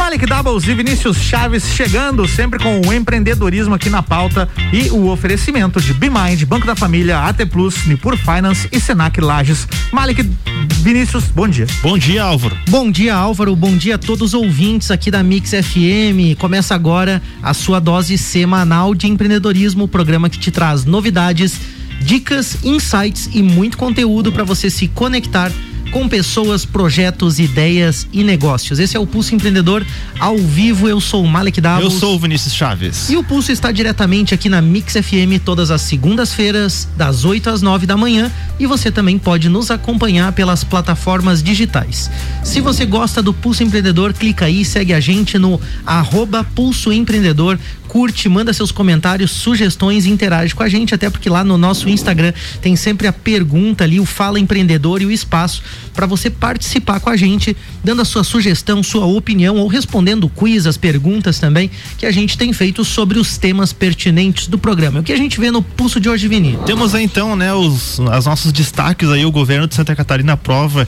Malik Doubles e Vinícius Chaves chegando sempre com o empreendedorismo aqui na pauta e o oferecimento de BeMind, Banco da Família, AT Plus, Nipur Finance e Senac Lages. Malik, Vinícius, bom dia. Bom dia, Álvaro. Bom dia, Álvaro. Bom dia a todos os ouvintes aqui da Mix FM. Começa agora a sua dose semanal de empreendedorismo, o programa que te traz novidades, dicas, insights e muito conteúdo para você se conectar com pessoas, projetos, ideias e negócios. Esse é o Pulso Empreendedor ao vivo. Eu sou o Malik Doubles. Eu sou o Vinícius Chaves. E o Pulso está diretamente aqui na Mix FM todas as segundas-feiras, das 8 às 9 da manhã. E você também pode nos acompanhar pelas plataformas digitais. Se você gosta do Pulso Empreendedor, clica aí, segue a gente no @Pulso Empreendedor. Curte, manda seus comentários, sugestões e interage com a gente, até porque lá no nosso Instagram tem sempre a pergunta ali, o Fala Empreendedor e o espaço para você participar com a gente, dando a sua sugestão, sua opinião ou respondendo quiz, as perguntas também que a gente tem feito sobre os temas pertinentes do programa. O que a gente vê no Pulso de hoje, Vini? Temos aí então, né, os nossos destaques aí. O governo de Santa Catarina aprova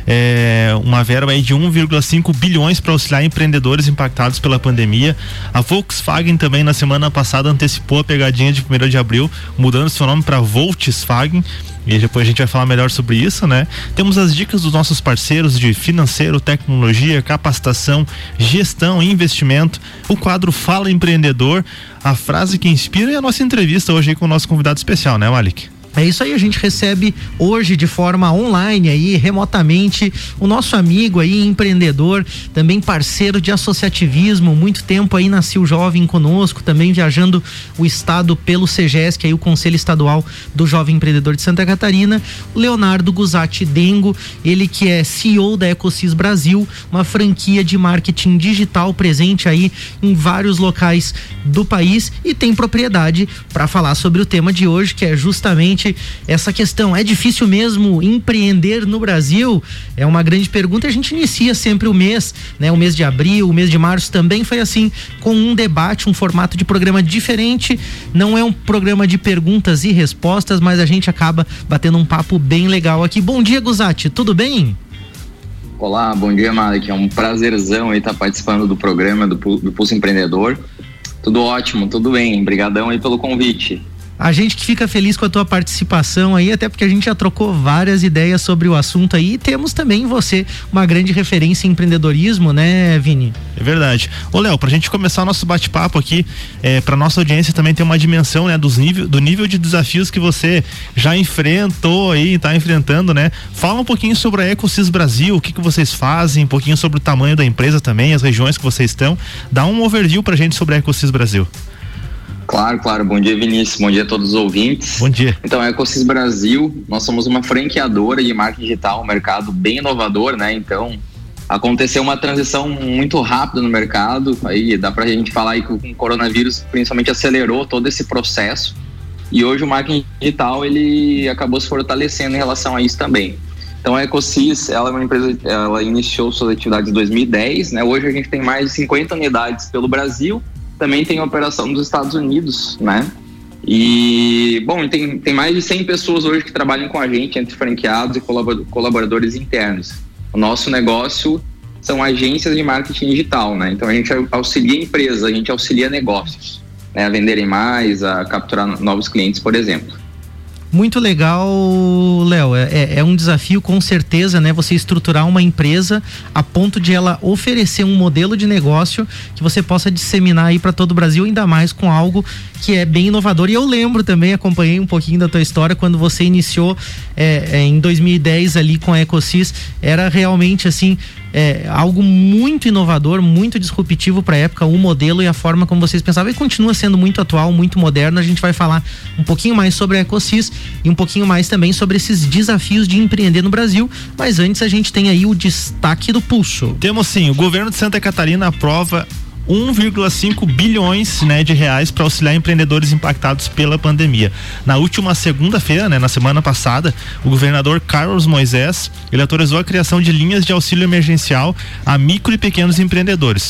uma verba aí de 1,5 bilhões para auxiliar empreendedores impactados pela pandemia. A Volkswagen também na semana passada antecipou a pegadinha de 1º de abril, mudando seu nome para Volkswagen. E depois a gente vai falar melhor sobre isso, né? Temos as dicas dos nossos parceiros de financeiro, tecnologia, capacitação, gestão e investimento. O quadro Fala Empreendedor, a frase que inspira, e a nossa entrevista hoje aí com o nosso convidado especial, né, Malik? É isso aí, a gente recebe hoje de forma online aí, remotamente, o nosso amigo aí, empreendedor, também parceiro de associativismo, muito tempo aí na Sil Jovem conosco, também viajando o estado pelo CEGESC, aí o Conselho Estadual do Jovem Empreendedor de Santa Catarina, Leonardo Guzatti Dengo, ele que é CEO da Ecosys Brasil, uma franquia de marketing digital presente aí em vários locais do país e tem propriedade para falar sobre o tema de hoje, que é justamente essa questão. É difícil mesmo empreender no Brasil? É uma grande pergunta. A gente inicia sempre o mês, né? O mês de abril, o mês de março também foi assim, com um debate, um formato de programa diferente. Não é um programa de perguntas e respostas, mas a gente acaba batendo um papo bem legal aqui. Bom dia, Guzatti, tudo bem? Olá, bom dia, Malik. É um prazerzão aí estar participando do programa do Pulso Empreendedor. Tudo ótimo, tudo bem. Obrigadão aí pelo convite. A gente que fica feliz com a tua participação aí, até porque a gente já trocou várias ideias sobre o assunto aí, e temos também em você uma grande referência em empreendedorismo, né, Vini? É verdade. Ô, Léo, pra gente começar o nosso bate-papo aqui, pra nossa audiência também ter uma dimensão, né, do nível de desafios que você já enfrentou aí, tá enfrentando, né? Fala um pouquinho sobre a Ecosys Brasil, o que vocês fazem, um pouquinho sobre o tamanho da empresa também, as regiões que vocês estão. Dá um overview pra gente sobre a Ecosys Brasil. Claro. Bom dia, Vinícius. Bom dia a todos os ouvintes. Bom dia. Então, a Ecosys Brasil, nós somos uma franqueadora de marketing digital, um mercado bem inovador, né? Então, aconteceu uma transição muito rápida no mercado. Aí dá pra gente falar aí que o coronavírus principalmente acelerou todo esse processo. E hoje o marketing digital, ele acabou se fortalecendo em relação a isso também. Então, a Ecosys, ela é uma empresa, ela iniciou suas atividades em 2010, né? Hoje a gente tem mais de 50 unidades pelo Brasil. Também tem operação nos Estados Unidos, né? E, bom, tem mais de 100 pessoas hoje que trabalham com a gente, entre franqueados e colaboradores internos. O nosso negócio são agências de marketing digital, né? Então a gente auxilia empresas, a gente auxilia negócios, né? A venderem mais, a capturar novos clientes, por exemplo. Muito legal, Léo, é um desafio com certeza, né? Você estruturar uma empresa a ponto de ela oferecer um modelo de negócio que você possa disseminar aí para todo o Brasil, ainda mais com algo que é bem inovador. E eu lembro também, acompanhei um pouquinho da tua história quando você iniciou em 2010 ali com a Ecosys. Era realmente assim, algo muito inovador, muito disruptivo para a época, o modelo e a forma como vocês pensavam, e continua sendo muito atual, muito moderno. A gente vai falar um pouquinho mais sobre a Ecosys e um pouquinho mais também sobre esses desafios de empreender no Brasil, mas antes a gente tem aí o destaque do Pulso. Temos sim, o governo de Santa Catarina aprova 1,5 bilhões, né, de reais para auxiliar empreendedores impactados pela pandemia. Na última segunda-feira, né, na semana passada, o governador Carlos Moisés, ele autorizou a criação de linhas de auxílio emergencial a micro e pequenos empreendedores.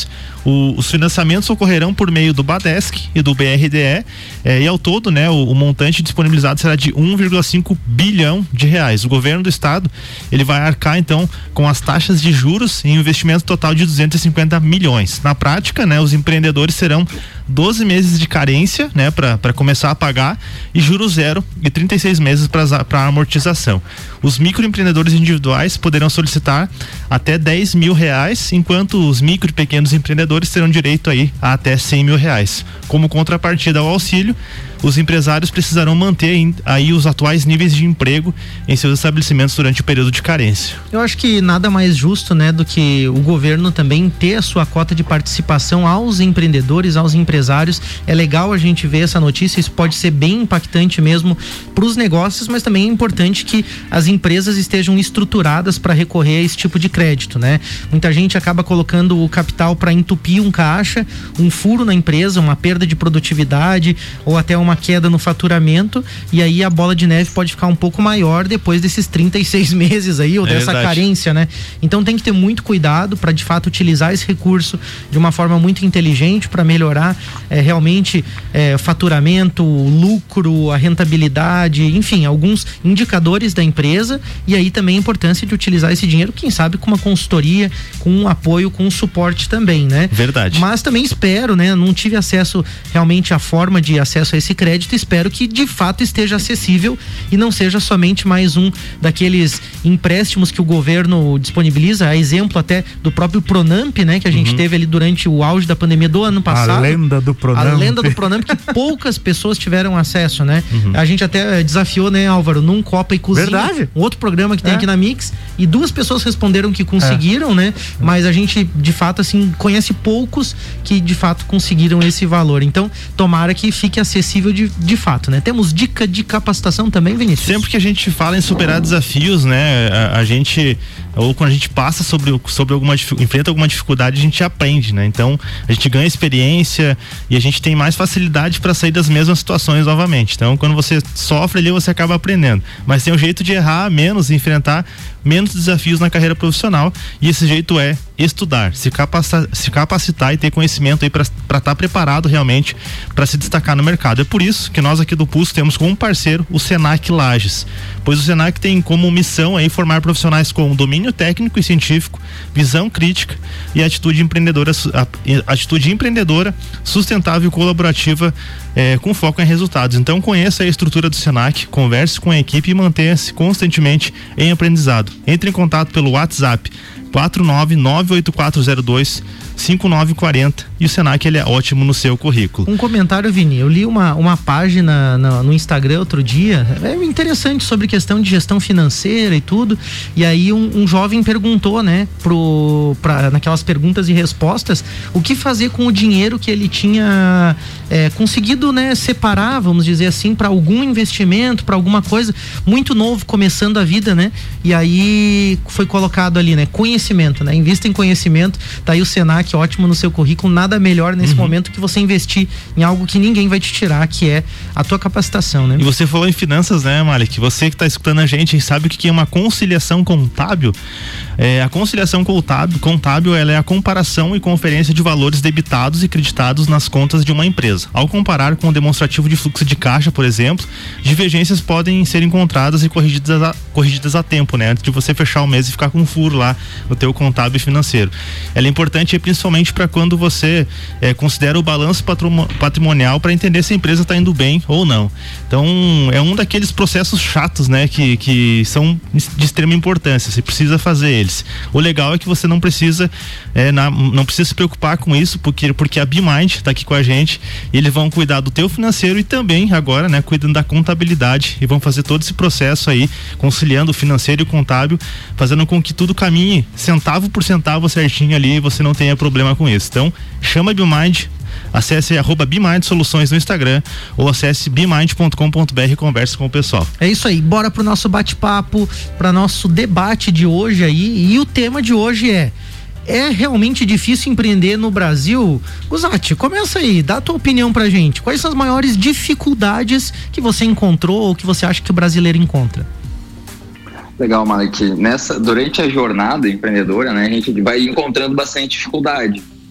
Os financiamentos ocorrerão por meio do Badesc e do BRDE, e ao todo, né, o montante disponibilizado será de 1,5 bilhão de reais. O governo do estado, ele vai arcar então com as taxas de juros e investimento total de 250 milhões. Na prática, né, os empreendedores terão 12 meses de carência, né, para começar a pagar, e juros zero e 36 meses para amortização. Os microempreendedores individuais poderão solicitar até 10 mil reais, enquanto os micro e pequenos empreendedores terão direito aí a até 100 mil reais. Como contrapartida ao auxílio, os empresários precisarão manter aí os atuais níveis de emprego em seus estabelecimentos durante o período de carência. Eu acho que nada mais justo, né, do que o governo também ter a sua cota de participação aos empreendedores, aos empresários. É legal a gente ver essa notícia, isso pode ser bem impactante mesmo para os negócios, mas também é importante que as empresas estejam estruturadas para recorrer a esse tipo de crédito, né? Muita gente acaba colocando o capital para entupir um caixa, um furo na empresa, uma perda de produtividade ou até uma queda no faturamento, e aí a bola de neve pode ficar um pouco maior depois desses 36 meses aí, ou dessa carência, né? Então tem que ter muito cuidado para de fato utilizar esse recurso de uma forma muito inteligente para melhorar realmente faturamento, lucro, a rentabilidade, enfim, alguns indicadores da empresa, e aí também a importância de utilizar esse dinheiro, quem sabe com uma consultoria, com um apoio, com um suporte também, né? Verdade. Mas também espero, né? Não tive acesso realmente à forma de acesso a esse crédito, espero que de fato esteja acessível e não seja somente mais um daqueles empréstimos que o governo disponibiliza, a exemplo até do próprio Pronamp, né? Que a gente teve ali durante o auge da pandemia do ano passado. A lenda do Pronamp, que poucas pessoas tiveram acesso, né? A gente até desafiou, né, Álvaro, num Copa e Cozinha. Verdade. Um outro programa que tem aqui na Mix, e 2 pessoas responderam que conseguiram, né? Mas a gente, de fato, assim, conhece poucos que de fato conseguiram esse valor. Então, tomara que fique acessível de fato, né? Temos dica de capacitação também, Vinícius? Sempre que a gente fala em superar desafios, né? A gente, ou quando a gente passa enfrenta alguma dificuldade, a gente aprende, né? Então, a gente ganha experiência e a gente tem mais facilidade para sair das mesmas situações novamente. Então, quando você sofre ali, você acaba aprendendo. Mas tem um jeito de errar menos e enfrentar menos desafios na carreira profissional, e esse jeito é estudar, se capacitar e ter conhecimento aí para estar preparado realmente para se destacar no mercado. É por isso que nós aqui do Pulso temos como parceiro o Senac Lages, pois o Senac tem como missão aí formar profissionais com domínio técnico e científico, visão crítica e atitude empreendedora, sustentável e colaborativa, com foco em resultados. Então conheça a estrutura do Senac, converse com a equipe e mantenha-se constantemente em aprendizado. Entre em contato pelo WhatsApp 49984025940, e o Senac, ele é ótimo no seu currículo. Um comentário, Vini, eu li uma página no Instagram outro dia, interessante, sobre questão de gestão financeira e tudo, e aí um jovem perguntou, né, naquelas perguntas e respostas, o que fazer com o dinheiro que ele tinha conseguido, né, separar, vamos dizer assim, para algum investimento, para alguma coisa, muito novo, começando a vida, né, e aí foi colocado ali, né, conhecimento, né, invista em conhecimento, tá aí o Senac, ótimo no seu currículo, nada melhor nesse momento que você investir em algo que ninguém vai te tirar, que é a tua capacitação, né? E você falou em finanças, né, Malik? Você que está escutando a gente sabe o que é uma conciliação contábil? A conciliação contábil, ela é a comparação e conferência de valores debitados e creditados nas contas de uma empresa. Ao comparar com o demonstrativo de fluxo de caixa, por exemplo, divergências podem ser encontradas e corrigidas a tempo, né? Antes de você fechar o mês e ficar com um furo lá no teu contábil financeiro. Ela é importante principalmente para quando você considera o balanço patrimonial, para entender se a empresa está indo bem ou não. Então, é um daqueles processos chatos, né? Que são de extrema importância. Você precisa fazer eles. O legal é que você não precisa se preocupar com isso, porque a BeMind está aqui com a gente, e eles vão cuidar do teu financeiro e também agora, né, cuidando da contabilidade, e vão fazer todo esse processo aí, conciliando o financeiro e o contábil, fazendo com que tudo caminhe centavo por centavo certinho ali, e você não tenha problema com isso. Então, chama a BeMind, acesse @BeMind Soluções no Instagram, ou acesse bemind.com.br e converse com o pessoal. É isso aí, bora pro nosso bate-papo, para nosso debate de hoje aí, e o tema de hoje é realmente difícil empreender no Brasil? Guzatti, começa aí, dá a tua opinião pra gente. Quais são as maiores dificuldades que você encontrou ou que você acha que o brasileiro encontra? Legal, Malik. Durante a jornada empreendedora, né, a gente vai encontrando bastante dificuldade.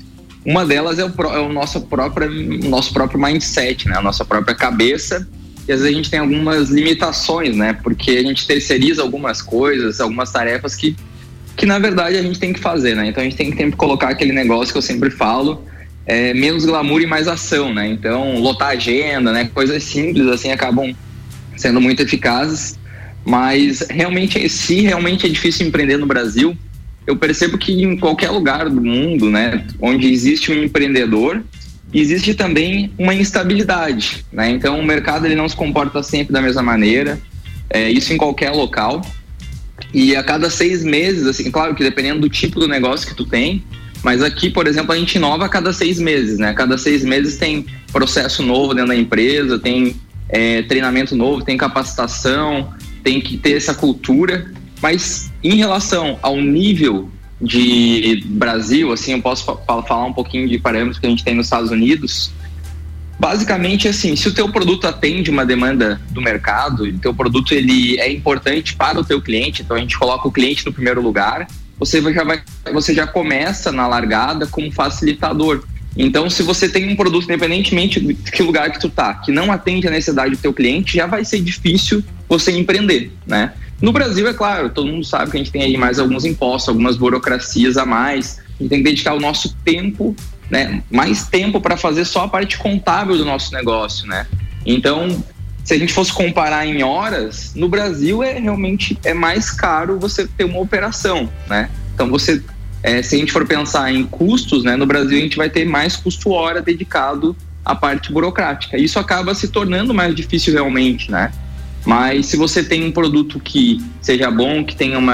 Uma delas é o nosso próprio mindset, né? A nossa própria cabeça. E às vezes a gente tem algumas limitações, né? Porque a gente terceiriza algumas coisas, algumas tarefas que na verdade a gente tem que fazer, né? Então a gente tem que sempre colocar aquele negócio que eu sempre falo, menos glamour e mais ação, né? Então lotar a agenda, né? Coisas simples assim acabam sendo muito eficazes, mas se realmente é difícil empreender no Brasil, eu percebo que em qualquer lugar do mundo, né? Onde existe um empreendedor, existe também uma instabilidade, né? Então o mercado ele não se comporta sempre da mesma maneira, isso em qualquer local. E a cada 6 meses, assim, claro que dependendo do tipo do negócio que tu tem, mas aqui, por exemplo, a gente inova a cada 6 meses, né? A cada 6 meses tem processo novo dentro da empresa, tem treinamento novo, tem capacitação, tem que ter essa cultura. Mas em relação ao nível de Brasil, assim, eu posso falar um pouquinho de parâmetros que a gente tem nos Estados Unidos. Basicamente, assim, se o teu produto atende uma demanda do mercado, o teu produto ele é importante para o teu cliente, então a gente coloca o cliente no primeiro lugar, você já começa na largada como facilitador. Então, se você tem um produto, independentemente de que lugar que tu tá, que não atende a necessidade do teu cliente, já vai ser difícil você empreender, né? No Brasil, é claro, todo mundo sabe que a gente tem aí mais alguns impostos, algumas burocracias a mais, a gente tem que dedicar o nosso tempo, né, mais tempo para fazer só a parte contábil do nosso negócio, né? Então, se a gente fosse comparar em horas, no Brasil realmente mais caro você ter uma operação, né? Então se a gente for pensar em custos, né, no Brasil a gente vai ter mais custo hora dedicado à parte burocrática. Isso acaba se tornando mais difícil realmente, né? Mas se você tem um produto que seja bom, que tenha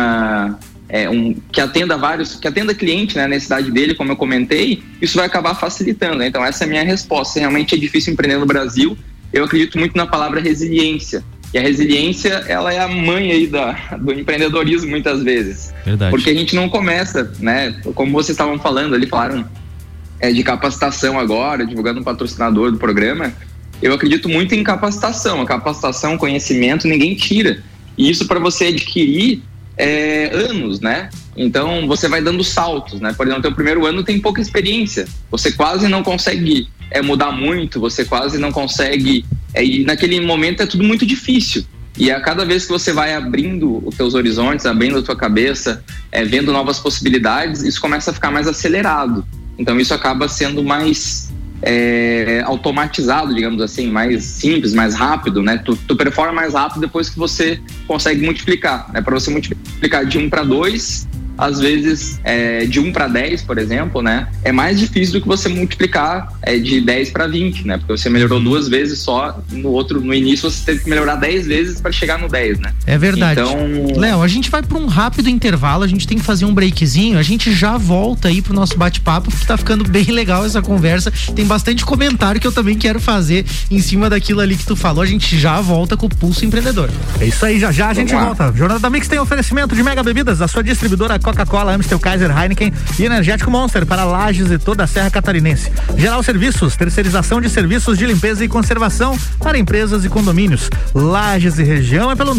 que atenda cliente, né, a necessidade dele, como eu comentei, isso vai acabar facilitando, né? Então essa é a minha resposta. Se realmente é difícil empreender no Brasil, eu acredito muito na palavra resiliência. E a resiliência, ela é a mãe aí do empreendedorismo muitas vezes. Verdade. Porque a gente não começa, né, como vocês estavam falando ali, falaram de capacitação agora, divulgando um patrocinador do programa. Eu acredito muito em capacitação. A capacitação, conhecimento, ninguém tira. E isso para você adquirir anos, né? Então você vai dando saltos, né? Por exemplo, no teu primeiro ano tem pouca experiência. Você quase não consegue mudar muito, você quase não consegue... e naquele momento é tudo muito difícil. E a cada vez que você vai abrindo os teus horizontes, abrindo a tua cabeça, vendo novas possibilidades, isso começa a ficar mais acelerado. Então isso acaba sendo mais... automatizado, digamos assim, mais simples, mais rápido, né? Tu performa mais rápido depois que você consegue multiplicar, né? Para você multiplicar de 1 para 2, às vezes de 1 para 10, por exemplo, né? É mais difícil do que você multiplicar de 10 para 20, né? Porque você melhorou 2 vezes só, no início você teve que melhorar 10 vezes para chegar no 10, né? É verdade. Então... Léo, a gente vai para um rápido intervalo, a gente tem que fazer um breakzinho, a gente já volta aí pro nosso bate-papo, porque tá ficando bem legal essa conversa, tem bastante comentário que eu também quero fazer em cima daquilo ali que tu falou, a gente já volta com o Pulso Empreendedor. É isso aí, já a gente volta. Jornada da Mix tem oferecimento de Mega Bebidas, a sua distribuidora Coca-Cola, Amstel, Kaiser, Heineken e Energético Monster para Lages e toda a Serra Catarinense. Geral Serviços, terceirização de serviços de limpeza e conservação para empresas e condomínios. Lages e região é pelo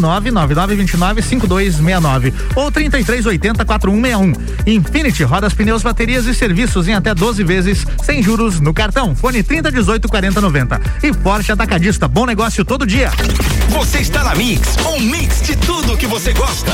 999295269 ou 33804161. Infinity, rodas, pneus, baterias e serviços em até 12 vezes sem juros no cartão. Fone 3018-4090. E Forte Atacadista, bom negócio todo dia. Você está na Mix, um mix de tudo que você gosta.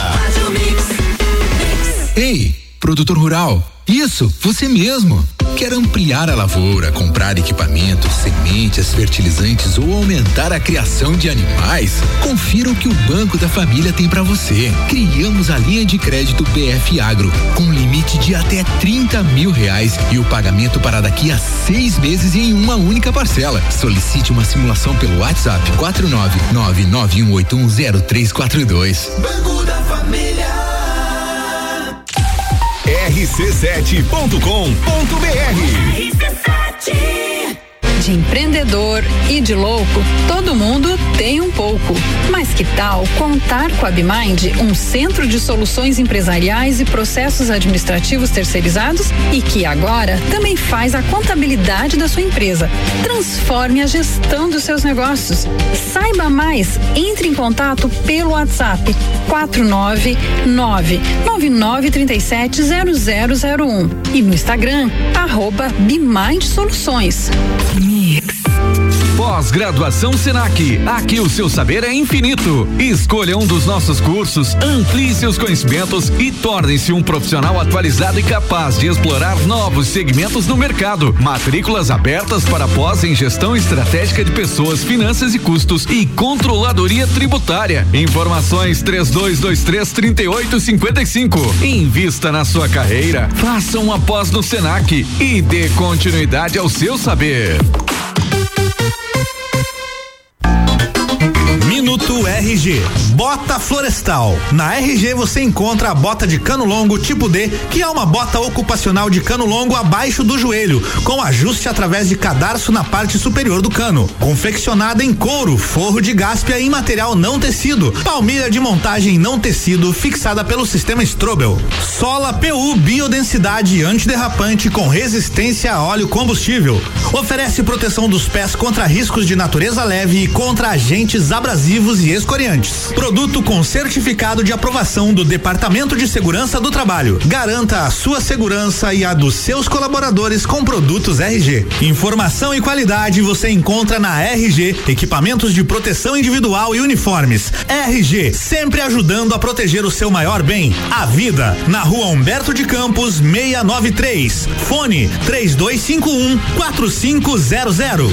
Ei, produtor rural, isso, você mesmo. Quer ampliar a lavoura, comprar equipamentos, sementes, fertilizantes ou aumentar a criação de animais? Confira o que o Banco da Família tem para você. Criamos a linha de crédito BF Agro, com limite de até R$30 mil e o pagamento para daqui a 6 meses em uma única parcela. Solicite uma simulação pelo WhatsApp 49991810342. Banco da Família. rc7.com.br De empreendedor e de louco, todo mundo tem um pouco. Mas que tal contar com a BeMind, um centro de soluções empresariais e processos administrativos terceirizados e que agora também faz a contabilidade da sua empresa. Transforme a gestão dos seus negócios. Saiba mais, entre em contato pelo WhatsApp 499-9937-0001 e no Instagram @BeMind Soluções. Pós-graduação Senac. Aqui o seu saber é infinito. Escolha um dos nossos cursos, amplie seus conhecimentos e torne-se um profissional atualizado e capaz de explorar novos segmentos no mercado. Matrículas abertas para pós em gestão estratégica de pessoas, finanças e custos e controladoria tributária. Informações 3223-3855. Invista na sua carreira. Faça uma pós no Senac e dê continuidade ao seu saber. Minuto RG. Bota florestal. Na RG você encontra a bota de cano longo tipo D, que é uma bota ocupacional de cano longo abaixo do joelho, com ajuste através de cadarço na parte superior do cano. Confeccionada em couro, forro de gáspia em material não tecido, palmilha de montagem não tecido fixada pelo sistema Strobel. Sola PU biodensidade antiderrapante com resistência a óleo combustível. Oferece proteção dos pés contra riscos de natureza leve e contra agentes abrasivos e escoriantes. Produto com certificado de aprovação do Departamento de Segurança do Trabalho. Garanta a sua segurança e a dos seus colaboradores com produtos RG. Informação e qualidade você encontra na RG, equipamentos de proteção individual e uniformes. RG, sempre ajudando a proteger o seu maior bem, a vida. Na Rua Humberto de Campos, 693. Fone 3251-4500.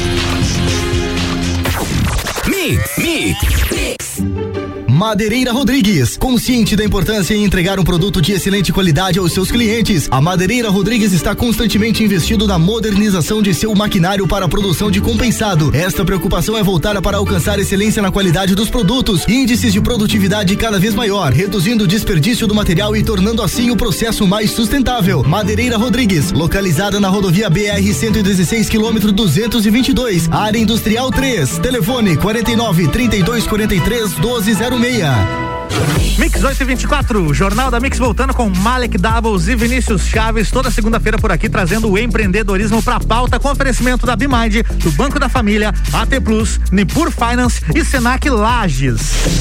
Mix. Madeireira Rodrigues, consciente da importância em entregar um produto de excelente qualidade aos seus clientes, a Madeireira Rodrigues está constantemente investindo na modernização de seu maquinário para a produção de compensado. Esta preocupação é voltada para alcançar excelência na qualidade dos produtos, índices de produtividade cada vez maior, reduzindo o desperdício do material e tornando assim o processo mais sustentável. Madeireira Rodrigues, localizada na rodovia BR 116 km 222, área industrial 3, telefone 49-3243-1206. Mix 824, Jornal da Mix voltando com Malek Doubles e Vinícius Chaves, toda segunda-feira por aqui trazendo o empreendedorismo pra pauta com oferecimento da BeMind, do Banco da Família, AT Plus, Nipur Finance e Senac Lages.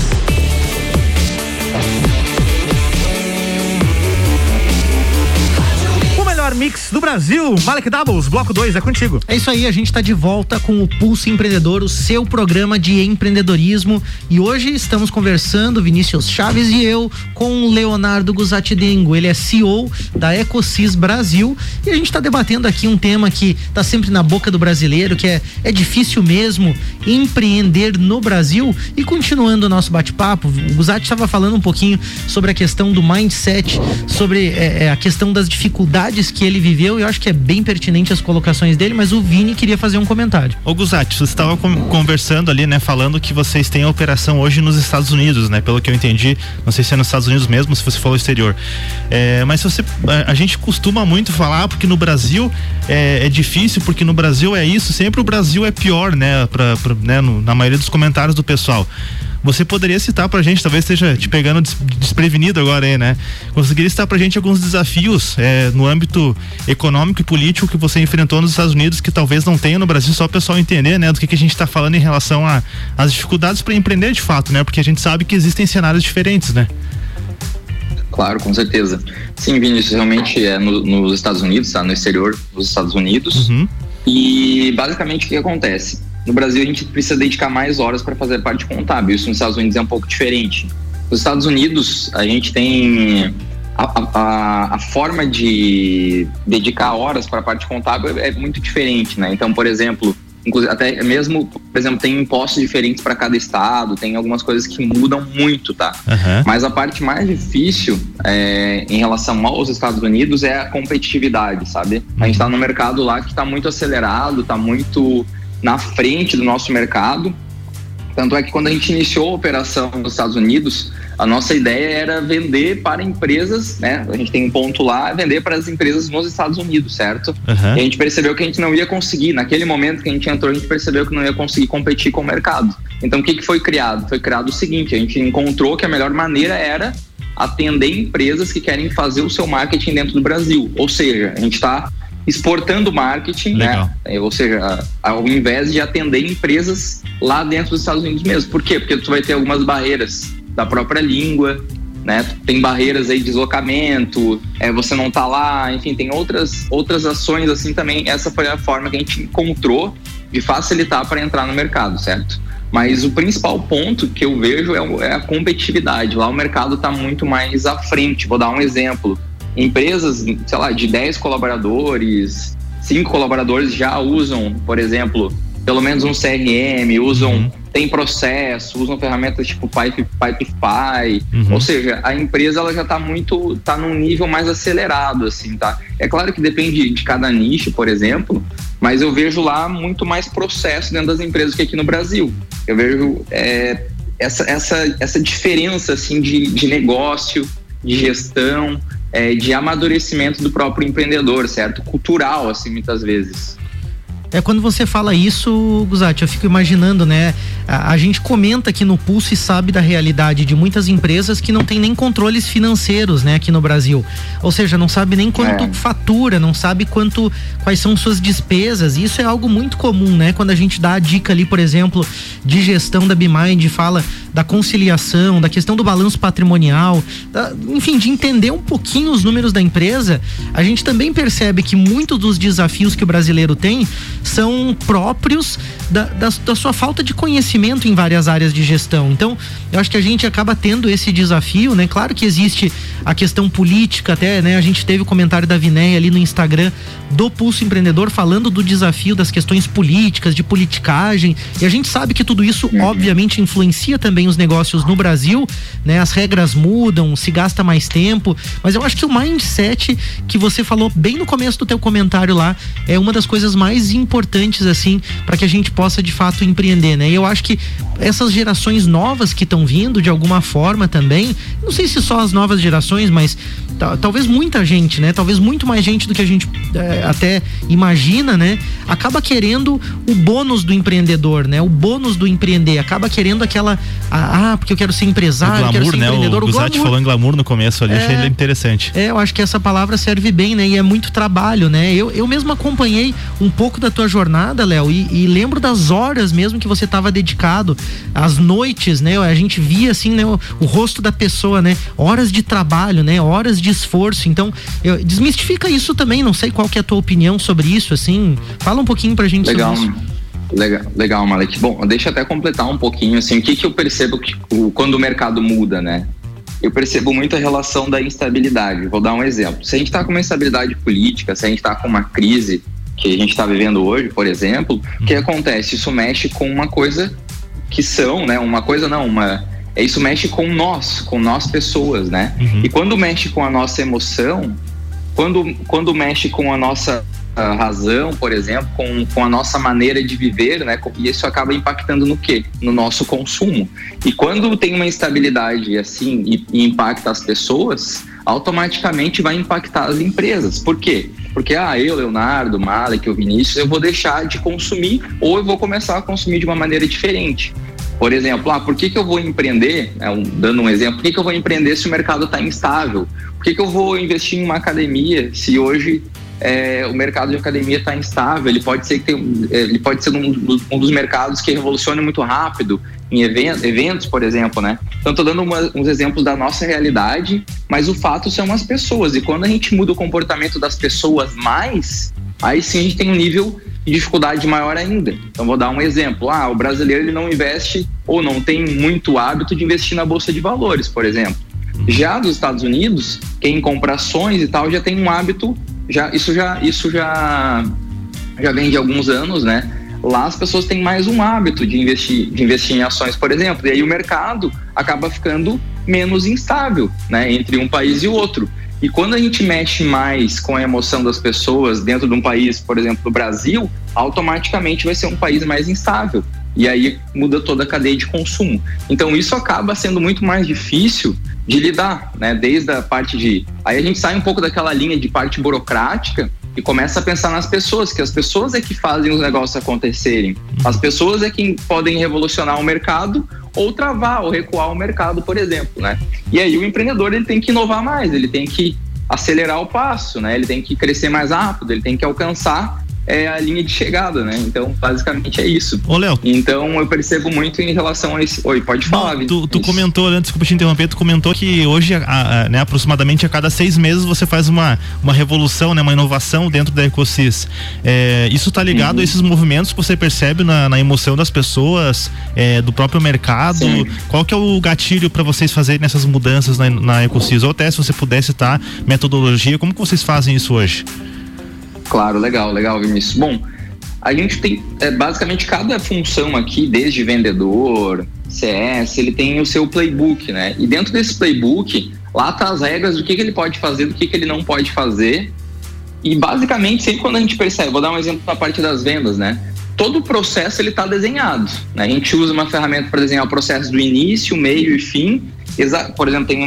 Mix do Brasil, Malek Doubles, bloco 2, é contigo. É isso aí, a gente tá de volta com o Pulso Empreendedor, o seu programa de empreendedorismo, e hoje estamos conversando, Vinícius Chaves e eu, com o Leonardo Guzatidengo. Ele é CEO da Ecosys Brasil, e a gente tá debatendo aqui um tema que tá sempre na boca do brasileiro, que é difícil mesmo empreender no Brasil. E continuando o nosso bate-papo, o Guzati estava falando um pouquinho sobre a questão do mindset, sobre a questão das dificuldades que ele viveu, e eu acho que é bem pertinente as colocações dele, mas o Vini queria fazer um comentário. Ô Guzati, você estava conversando ali, né, falando que vocês têm a operação hoje nos Estados Unidos, né, pelo que eu entendi, não sei se é nos Estados Unidos mesmo, se você falou exterior, mas a gente costuma muito falar porque no Brasil é difícil, porque no Brasil é isso, sempre o Brasil é pior, né, na maioria dos comentários do pessoal. Você poderia citar pra gente, talvez esteja te pegando desprevenido agora aí, né? Conseguiria citar pra gente alguns desafios no âmbito econômico e político que você enfrentou nos Estados Unidos, que talvez não tenha no Brasil, só o pessoal entender, né? Do que a gente tá falando em relação às dificuldades para empreender de fato, né? Porque a gente sabe que existem cenários diferentes, né? Claro, com certeza. Sim, Vinícius, realmente é nos Estados Unidos, tá? No exterior dos Estados Unidos. Uhum. E basicamente o que acontece? No Brasil a gente precisa dedicar mais horas para fazer a parte contábil, isso nos Estados Unidos é um pouco diferente. Nos Estados Unidos a gente tem a forma de dedicar horas para a parte contábil é muito diferente, né? Então, por exemplo, até mesmo, por exemplo, tem impostos diferentes para cada estado, tem algumas coisas que mudam muito, tá? Uhum. Mas a parte mais difícil em relação aos Estados Unidos é a competitividade, sabe? A gente tá no mercado lá que tá muito acelerado, tá muito na frente do nosso mercado. Tanto é que quando a gente iniciou a operação nos Estados Unidos, a nossa ideia era vender para empresas, né? A gente tem um ponto lá, vender para as empresas nos Estados Unidos, certo? Uhum. E a gente percebeu que a gente não ia conseguir, naquele momento que a gente entrou, a gente percebeu que não ia conseguir competir com o mercado. Então o que foi criado? Foi criado o seguinte, a gente encontrou que a melhor maneira era atender empresas que querem fazer o seu marketing dentro do Brasil. Ou seja, a gente está exportando marketing, legal, né? Ou seja, ao invés de atender empresas lá dentro dos Estados Unidos mesmo. Por quê? Porque tu vai ter algumas barreiras da própria língua, né? Tem barreiras aí de deslocamento, você não tá lá, enfim, tem outras ações assim também. Essa foi a forma que a gente encontrou de facilitar para entrar no mercado, certo? Mas o principal ponto que eu vejo é a competitividade. Lá o mercado está muito mais à frente. Vou dar um exemplo. Empresas, sei lá, de 10 colaboradores, 5 colaboradores já usam, por exemplo, pelo menos um CRM, tem processo, usam ferramentas tipo Pipefy, ou seja, a empresa ela já tá num nível mais acelerado, assim, tá? É claro que depende de cada nicho, por exemplo, mas eu vejo lá muito mais processo dentro das empresas que aqui no Brasil. Eu vejo essa diferença, assim, de negócio, de gestão, de amadurecimento do próprio empreendedor, certo? Cultural, assim, muitas vezes. Quando você fala isso, Guzatti, eu fico imaginando, né? A gente comenta aqui no Pulso e sabe da realidade de muitas empresas que não tem nem controles financeiros, né, aqui no Brasil. Ou seja, não sabe nem quanto fatura, não sabe quais são suas despesas. E isso é algo muito comum, né? Quando a gente dá a dica ali, por exemplo, de gestão da BeMind, fala da conciliação, da questão do balanço patrimonial, enfim, de entender um pouquinho os números da empresa, a gente também percebe que muitos dos desafios que o brasileiro tem são próprios da sua falta de conhecimento em várias áreas de gestão. Então, eu acho que a gente acaba tendo esse desafio, né? Claro que existe a questão política até, né? A gente teve o comentário da Vinéia ali no Instagram do Pulso Empreendedor falando do desafio das questões políticas, de politicagem, e a gente sabe que tudo isso obviamente influencia também os negócios no Brasil, né? As regras mudam, se gasta mais tempo, mas eu acho que o mindset que você falou bem no começo do teu comentário lá é uma das coisas mais importantes, assim, para que a gente possa de fato empreender, né? E eu acho que essas gerações novas que estão vindo de alguma forma também, não sei se só as novas gerações, mas talvez muita gente, né? Talvez muito mais gente do que a gente até imagina, né? Acaba querendo o bônus do empreendedor, né? O bônus do empreender, acaba querendo aquela porque eu quero ser empresário, o glamour, quero ser empreendedor. O Guzatti falou em glamour no começo ali, achei interessante. Eu acho que essa palavra serve bem, né? E é muito trabalho, né? Eu mesmo acompanhei um pouco da tua jornada, Léo, e lembro das horas mesmo que você estava dedicado, as noites, né? A gente via assim, né, o rosto da pessoa, né? Horas de trabalho, né? Horas de esforço. Então, desmistifica isso também, não sei qual que é a tua opinião sobre isso, assim, fala um pouquinho pra gente sobre isso. Legal, Malek. Bom, deixa eu até completar um pouquinho, assim, o que eu percebo quando o mercado muda, né? Eu percebo muito a relação da instabilidade. Vou dar um exemplo. Se a gente está com uma instabilidade política, se a gente está com uma crise que a gente está vivendo hoje, por exemplo, o que acontece? Isso mexe com uma coisa que são, né? Isso mexe com nós pessoas, né? E quando mexe com a nossa emoção, quando mexe com a nossa razão, por exemplo, com a nossa maneira de viver, né? E isso acaba impactando no quê? No nosso consumo. E quando tem uma instabilidade assim e impacta as pessoas, automaticamente vai impactar as empresas. Por quê? Porque eu, Leonardo, Malek, o Vinícius, eu vou deixar de consumir ou eu vou começar a consumir de uma maneira diferente. Por exemplo, por que eu vou empreender? Dando um exemplo, por que eu vou empreender se o mercado está instável? Por que eu vou investir em uma academia se hoje o mercado de academia está instável? Ele pode ser um dos mercados que revolucione muito rápido em eventos, por exemplo, né? Então, estou dando uns exemplos da nossa realidade, mas o fato são as pessoas. E quando a gente muda o comportamento das pessoas aí sim a gente tem um nível de dificuldade maior ainda. Então, vou dar um exemplo. O brasileiro ele não investe ou não tem muito hábito de investir na bolsa de valores, por exemplo. Já dos Estados Unidos, quem compra ações e tal já tem um hábito, isso já vem de alguns anos, né? Lá as pessoas têm mais um hábito de investir em ações, por exemplo, e aí o mercado acaba ficando menos instável, né, entre um país e o outro. E quando a gente mexe mais com a emoção das pessoas dentro de um país, por exemplo, do Brasil, automaticamente vai ser um país mais instável. E aí muda toda a cadeia de consumo. Então isso acaba sendo muito mais difícil de lidar, né? Desde a parte de... Aí a gente sai um pouco daquela linha de parte burocrática e começa a pensar nas pessoas, que as pessoas é que fazem os negócios acontecerem. As pessoas é que podem revolucionar o mercado ou travar ou recuar o mercado, por exemplo, né? E aí o empreendedor, ele tem que inovar mais, ele tem que acelerar o passo, né? Ele tem que crescer mais rápido, ele tem que alcançar a linha de chegada, né? Então, basicamente é isso. Ô, Léo. Então, eu percebo muito em relação a esse... Oi, pode falar, Vinícius. Tu comentou, desculpa te interromper, tu comentou que hoje, né, aproximadamente a cada 6 meses você faz uma revolução, né, uma inovação dentro da Ecosys. Isso tá ligado a esses movimentos que você percebe na emoção das pessoas, do próprio mercado? Sim. Qual que é o gatilho para vocês fazerem essas mudanças na Ecosys? Ou até se você pudesse citar metodologia, como que vocês fazem isso hoje? Claro, legal, Vinícius. Bom, a gente tem basicamente cada função aqui, desde vendedor, CS, ele tem o seu playbook, né? E dentro desse playbook, lá tá as regras do que ele pode fazer, do que ele não pode fazer. E basicamente, sempre quando a gente percebe, vou dar um exemplo na parte das vendas, né? Todo o processo ele tá desenhado, né? A gente usa uma ferramenta para desenhar o processo do início, meio e fim. Por exemplo, tem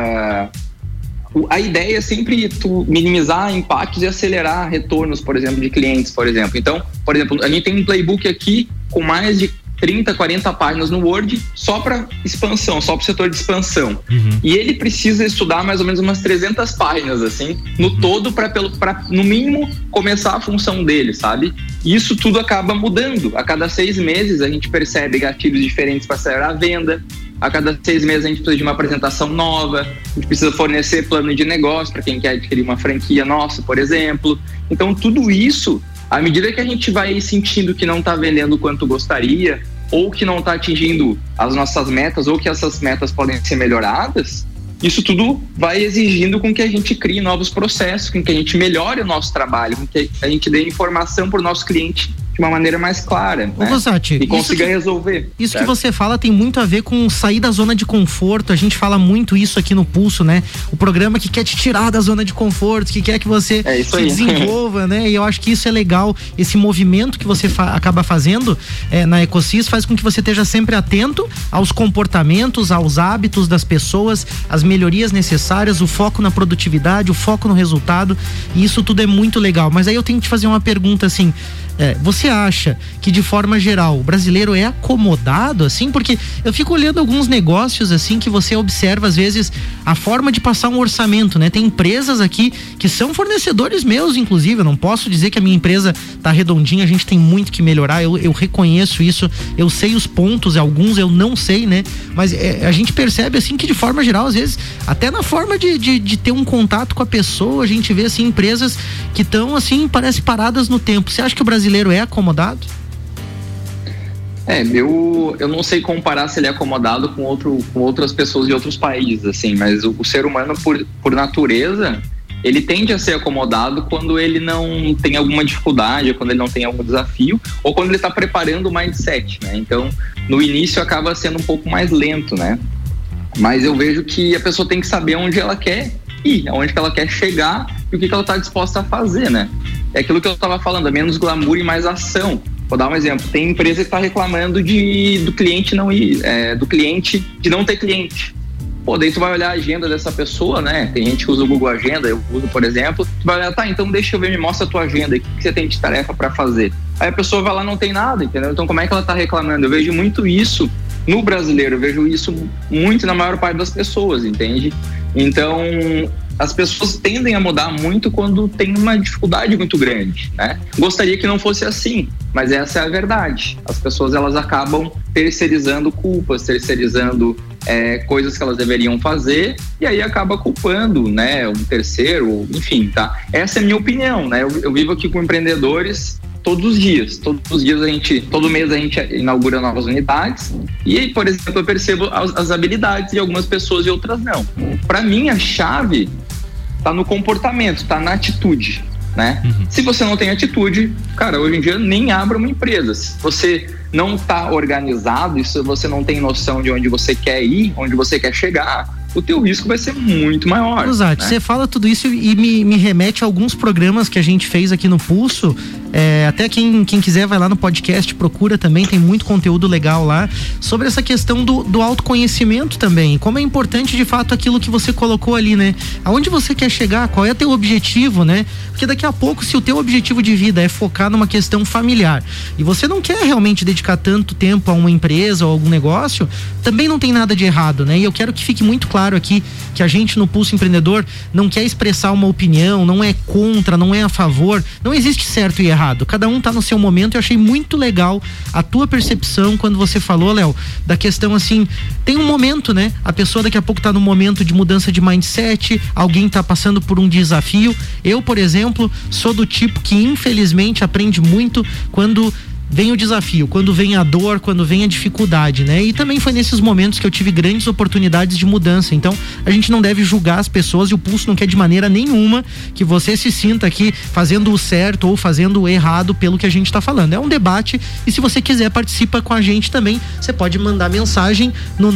a ideia é sempre tu minimizar impactos e acelerar retornos, por exemplo, de clientes, por exemplo. Então, por exemplo, a gente tem um playbook aqui com mais de 30, 40 páginas no Word só para expansão, só para o setor de expansão. E ele precisa estudar mais ou menos umas 300 páginas, assim, no todo, para no mínimo começar a função dele, sabe? E isso tudo acaba mudando. A cada 6 meses a gente percebe gatilhos diferentes para acelerar a venda. A cada 6 meses a gente precisa de uma apresentação nova, a gente precisa fornecer plano de negócio para quem quer adquirir uma franquia nossa, por exemplo. Então, tudo isso, à medida que a gente vai sentindo que não está vendendo o quanto gostaria, ou que não está atingindo as nossas metas, ou que essas metas podem ser melhoradas, isso tudo vai exigindo com que a gente crie novos processos, com que a gente melhore o nosso trabalho, com que a gente dê informação para o nosso cliente de uma maneira mais clara, né? Rosati, e consiga resolver. Isso certo? Que você fala tem muito a ver com sair da zona de conforto. A gente fala muito isso aqui no Pulso, né? O programa que quer te tirar da zona de conforto, que quer que você se desenvolva, né? E eu acho que isso é legal. Esse movimento que você acaba fazendo na Ecosys faz com que você esteja sempre atento aos comportamentos, aos hábitos das pessoas, as melhorias necessárias, o foco na produtividade, o foco no resultado. E isso tudo é muito legal. Mas aí eu tenho que te fazer uma pergunta assim. Você acha que de forma geral o brasileiro é acomodado assim? Porque eu fico olhando alguns negócios assim que você observa às vezes a forma de passar um orçamento, né? Tem empresas aqui que são fornecedores meus, inclusive. Eu não posso dizer que a minha empresa tá redondinha, a gente tem muito que melhorar, eu reconheço isso, eu sei os pontos, alguns eu não sei, né? Mas a gente percebe assim que de forma geral, às vezes, até na forma de ter um contato com a pessoa, a gente vê assim empresas que estão assim, parece paradas no tempo. Você acha que o brasileiro é acomodado? Eu não sei comparar se ele é acomodado com outras pessoas de outros países, assim, mas o ser humano, por natureza, ele tende a ser acomodado quando ele não tem alguma dificuldade, ou quando ele não tem algum desafio, ou quando ele está preparando o mindset, né? Então, no início acaba sendo um pouco mais lento, né? Mas eu vejo que a pessoa tem que saber onde ela quer ir, aonde que ela quer chegar e o que ela está disposta a fazer, né? É aquilo que eu estava falando, é menos glamour e mais ação. Vou dar um exemplo, tem empresa que está reclamando do cliente não ir, do cliente de não ter cliente. Pô, daí tu vai olhar a agenda dessa pessoa, né? Tem gente que usa o Google Agenda, eu uso, por exemplo. Tu vai olhar, então deixa eu ver, me mostra a tua agenda, o que você tem de tarefa para fazer. Aí a pessoa vai lá, não tem nada, entendeu? Então como é que ela tá reclamando? Eu vejo muito isso no brasileiro, eu vejo isso muito na maior parte das pessoas, entende? Então, as pessoas tendem a mudar muito quando tem uma dificuldade muito grande, né? Gostaria que não fosse assim, mas essa é a verdade. As pessoas, elas acabam terceirizando culpas, terceirizando coisas que elas deveriam fazer, e aí acaba culpando, né, um terceiro, enfim, tá? Essa é a minha opinião, né? Eu vivo aqui com empreendedores todos os dias, todo mês a gente inaugura novas unidades e, por exemplo, eu percebo as habilidades de algumas pessoas e outras não. Para mim, a chave tá no comportamento, tá na atitude, né? Se você não tem atitude, cara, hoje em dia nem abra uma empresa. Se você não tá organizado, se você não tem noção de onde você quer ir, onde você quer chegar, o teu risco vai ser muito maior. Exato, você fala tudo isso e me remete a alguns programas que a gente fez aqui no Pulso. Até quem quiser vai lá no podcast, procura também, tem muito conteúdo legal lá sobre essa questão do autoconhecimento também, como é importante de fato aquilo que você colocou ali, né? Aonde você quer chegar, qual é o teu objetivo, né? Porque daqui a pouco, se o teu objetivo de vida é focar numa questão familiar e você não quer realmente dedicar tanto tempo a uma empresa ou algum negócio, também não tem nada de errado, né? E eu quero que fique muito claro aqui que a gente no Pulso Empreendedor não quer expressar uma opinião, não é contra, não é a favor, não existe certo e errado. Cada um tá no seu momento. Eu achei muito legal a tua percepção quando você falou, Léo, da questão assim, tem um momento, né? A pessoa daqui a pouco tá num momento de mudança de mindset, alguém tá passando por um desafio. Eu, por exemplo, sou do tipo que infelizmente aprende muito quando vem o desafio, quando vem a dor, quando vem a dificuldade, né? E também foi nesses momentos que eu tive grandes oportunidades de mudança. Então, a gente não deve julgar as pessoas e o Pulso não quer de maneira nenhuma que você se sinta aqui fazendo o certo ou fazendo o errado pelo que a gente tá falando. É um debate e se você quiser participa com a gente também, você pode mandar mensagem no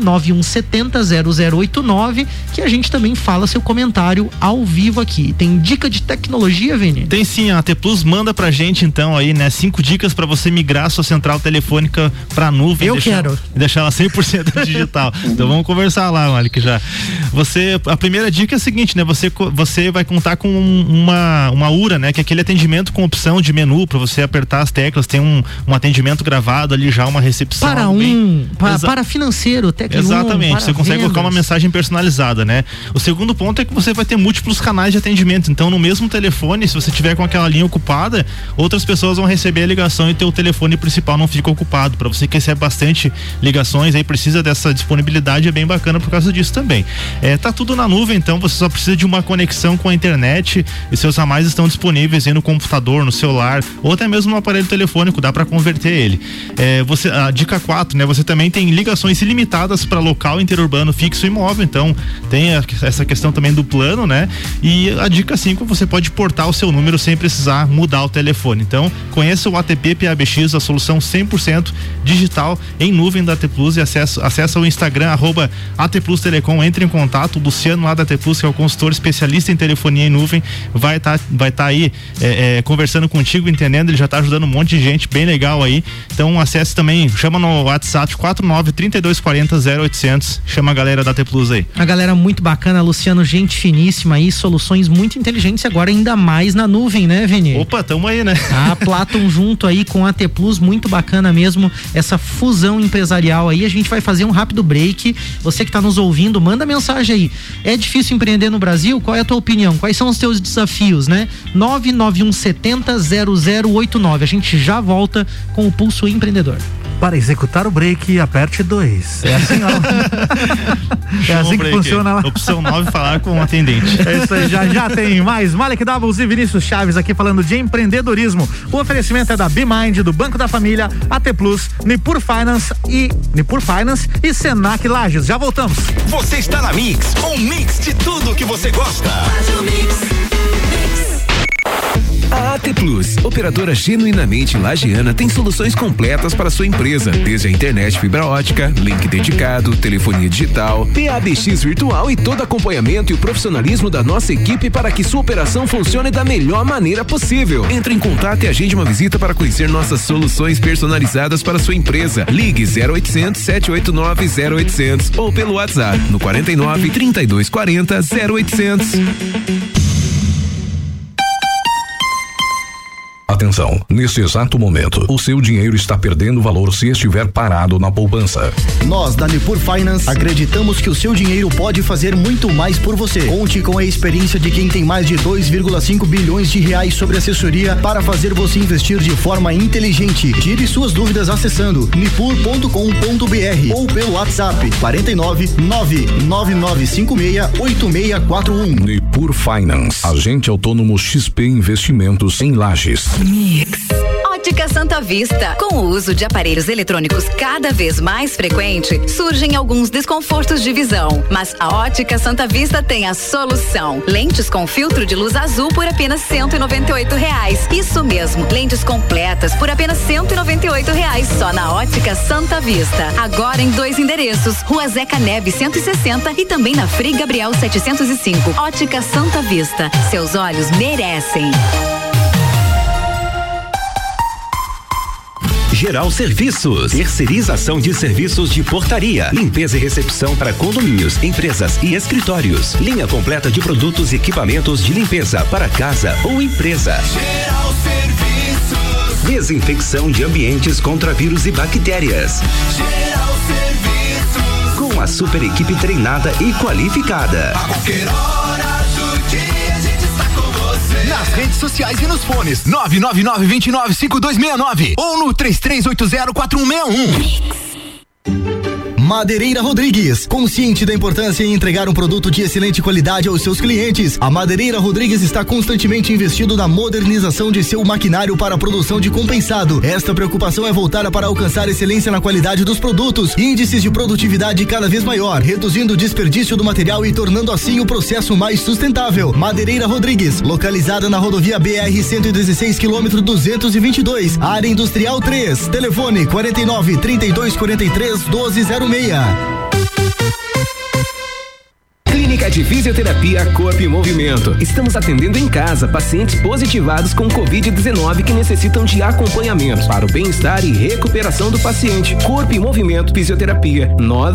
991700089 que a gente também fala seu comentário ao vivo aqui. Tem dica de tecnologia, Vini? Tem sim, a AT Plus manda pra gente então aí, né, 5 dicas para você migrar sua central telefônica para nuvem. Deixar ela 100% digital. Então vamos conversar lá, Malik, já. A primeira dica é a seguinte, né? Você vai contar com uma URA, né? Que é aquele atendimento com opção de menu para você apertar as teclas, tem um atendimento gravado ali já, uma recepção. Para financeiro, exatamente, você consegue colocar uma mensagem personalizada, né? O segundo ponto é que você vai ter múltiplos canais de atendimento, então no mesmo telefone, se você tiver com aquela linha ocupada, outras pessoas vão receber a ligação e teu telefone principal não fica ocupado. Para você que recebe bastante ligações aí, precisa dessa disponibilidade, é bem bacana por causa disso também. Tá tudo na nuvem, então você só precisa de uma conexão com a internet e seus ramais estão disponíveis aí no computador, no celular ou até mesmo no aparelho telefônico, dá para converter ele. A dica 4, né? Você também tem ligações ilimitadas para local interurbano fixo e móvel, então tem essa questão também do plano, né? E a dica 5, você pode portar o seu número sem precisar mudar o telefone. Então, conheça o ATP PABX, a solução 100% digital em nuvem da AT Plus, e acessa o Instagram @AT Plus Telecom, entre em contato. O Luciano lá da AT Plus, que é o consultor especialista em telefonia em nuvem, vai tá aí conversando contigo, entendendo, ele já tá ajudando um monte de gente, bem legal aí. Então acesse também, chama no WhatsApp 49-3240-0800, chama a galera da AT Plus aí. A galera muito bacana, Luciano, gente finíssima aí, soluções muito inteligentes, agora ainda mais na nuvem, né, Vini? Opa, tamo aí, né? A Platon junto aí com a AT Plus, muito bacana mesmo, essa fusão empresarial aí. A gente vai fazer um rápido break. Você que tá nos ouvindo, manda mensagem aí. É difícil empreender no Brasil? Qual é a tua opinião? Quais são os teus desafios, né? 991700089. A gente já volta com o Pulso Empreendedor. Para executar o break, aperte 2. É assim, ó. É assim que funciona lá. Opção 9, falar com o atendente. É isso aí, já tem mais. Malik Doubles e Vinícius Chaves aqui falando de empreendedorismo. O oferecimento é da BeMind, do Banco da Família, AT Plus, Nipur Finance e Senac Lages. Já voltamos. Você está na Mix, um mix de tudo que você gosta. A AT Plus, operadora genuinamente lagiana, tem soluções completas para sua empresa, desde a internet fibra ótica, link dedicado, telefonia digital, PABX virtual e todo acompanhamento e o profissionalismo da nossa equipe para que sua operação funcione da melhor maneira possível. Entre em contato e agende uma visita para conhecer nossas soluções personalizadas para sua empresa. Ligue 0800 789 0800 ou pelo WhatsApp no 49 3240 0800. Atenção, nesse exato momento, o seu dinheiro está perdendo valor se estiver parado na poupança. Nós, da Nipur Finance, acreditamos que o seu dinheiro pode fazer muito mais por você. Conte com a experiência de quem tem mais de 2,5 bilhões de reais sobre assessoria para fazer você investir de forma inteligente. Tire suas dúvidas acessando nipur.com.br ou pelo WhatsApp 49999568641. Nipur Finance, agente autônomo XP Investimentos em Lages. Mix. Ótica Santa Vista. Com o uso de aparelhos eletrônicos cada vez mais frequente, surgem alguns desconfortos de visão. Mas a Ótica Santa Vista tem a solução. Lentes com filtro de luz azul por apenas R$198. Isso mesmo, lentes completas por apenas R$198 só na Ótica Santa Vista. Agora em 2 endereços, Rua Zeca Neves 160 e também na Frei Gabriel 705. Ótica Santa Vista. Seus olhos merecem. Geral Serviços, terceirização de serviços de portaria, limpeza e recepção para condomínios, empresas e escritórios. Linha completa de produtos e equipamentos de limpeza para casa ou empresa. Geral Serviços. Desinfecção de ambientes contra vírus e bactérias. Geral Serviços. Com a super equipe treinada e qualificada. A qualquer hora do dia a gente está com você. Nas redes sociais e nos fones 999-295269 ou no 33804161. Madeireira Rodrigues, consciente da importância em entregar um produto de excelente qualidade aos seus clientes, a Madeireira Rodrigues está constantemente investindo na modernização de seu maquinário para a produção de compensado. Esta preocupação é voltada para alcançar excelência na qualidade dos produtos, índices de produtividade cada vez maior, reduzindo o desperdício do material e tornando assim o processo mais sustentável. Madeireira Rodrigues, localizada na rodovia BR-116, quilômetro 222, área industrial 3, telefone 49-3243-1206. Clínica de Fisioterapia Corpo e Movimento. Estamos atendendo em casa pacientes positivados com Covid-19 que necessitam de acompanhamento para o bem-estar e recuperação do paciente. Corpo e Movimento Fisioterapia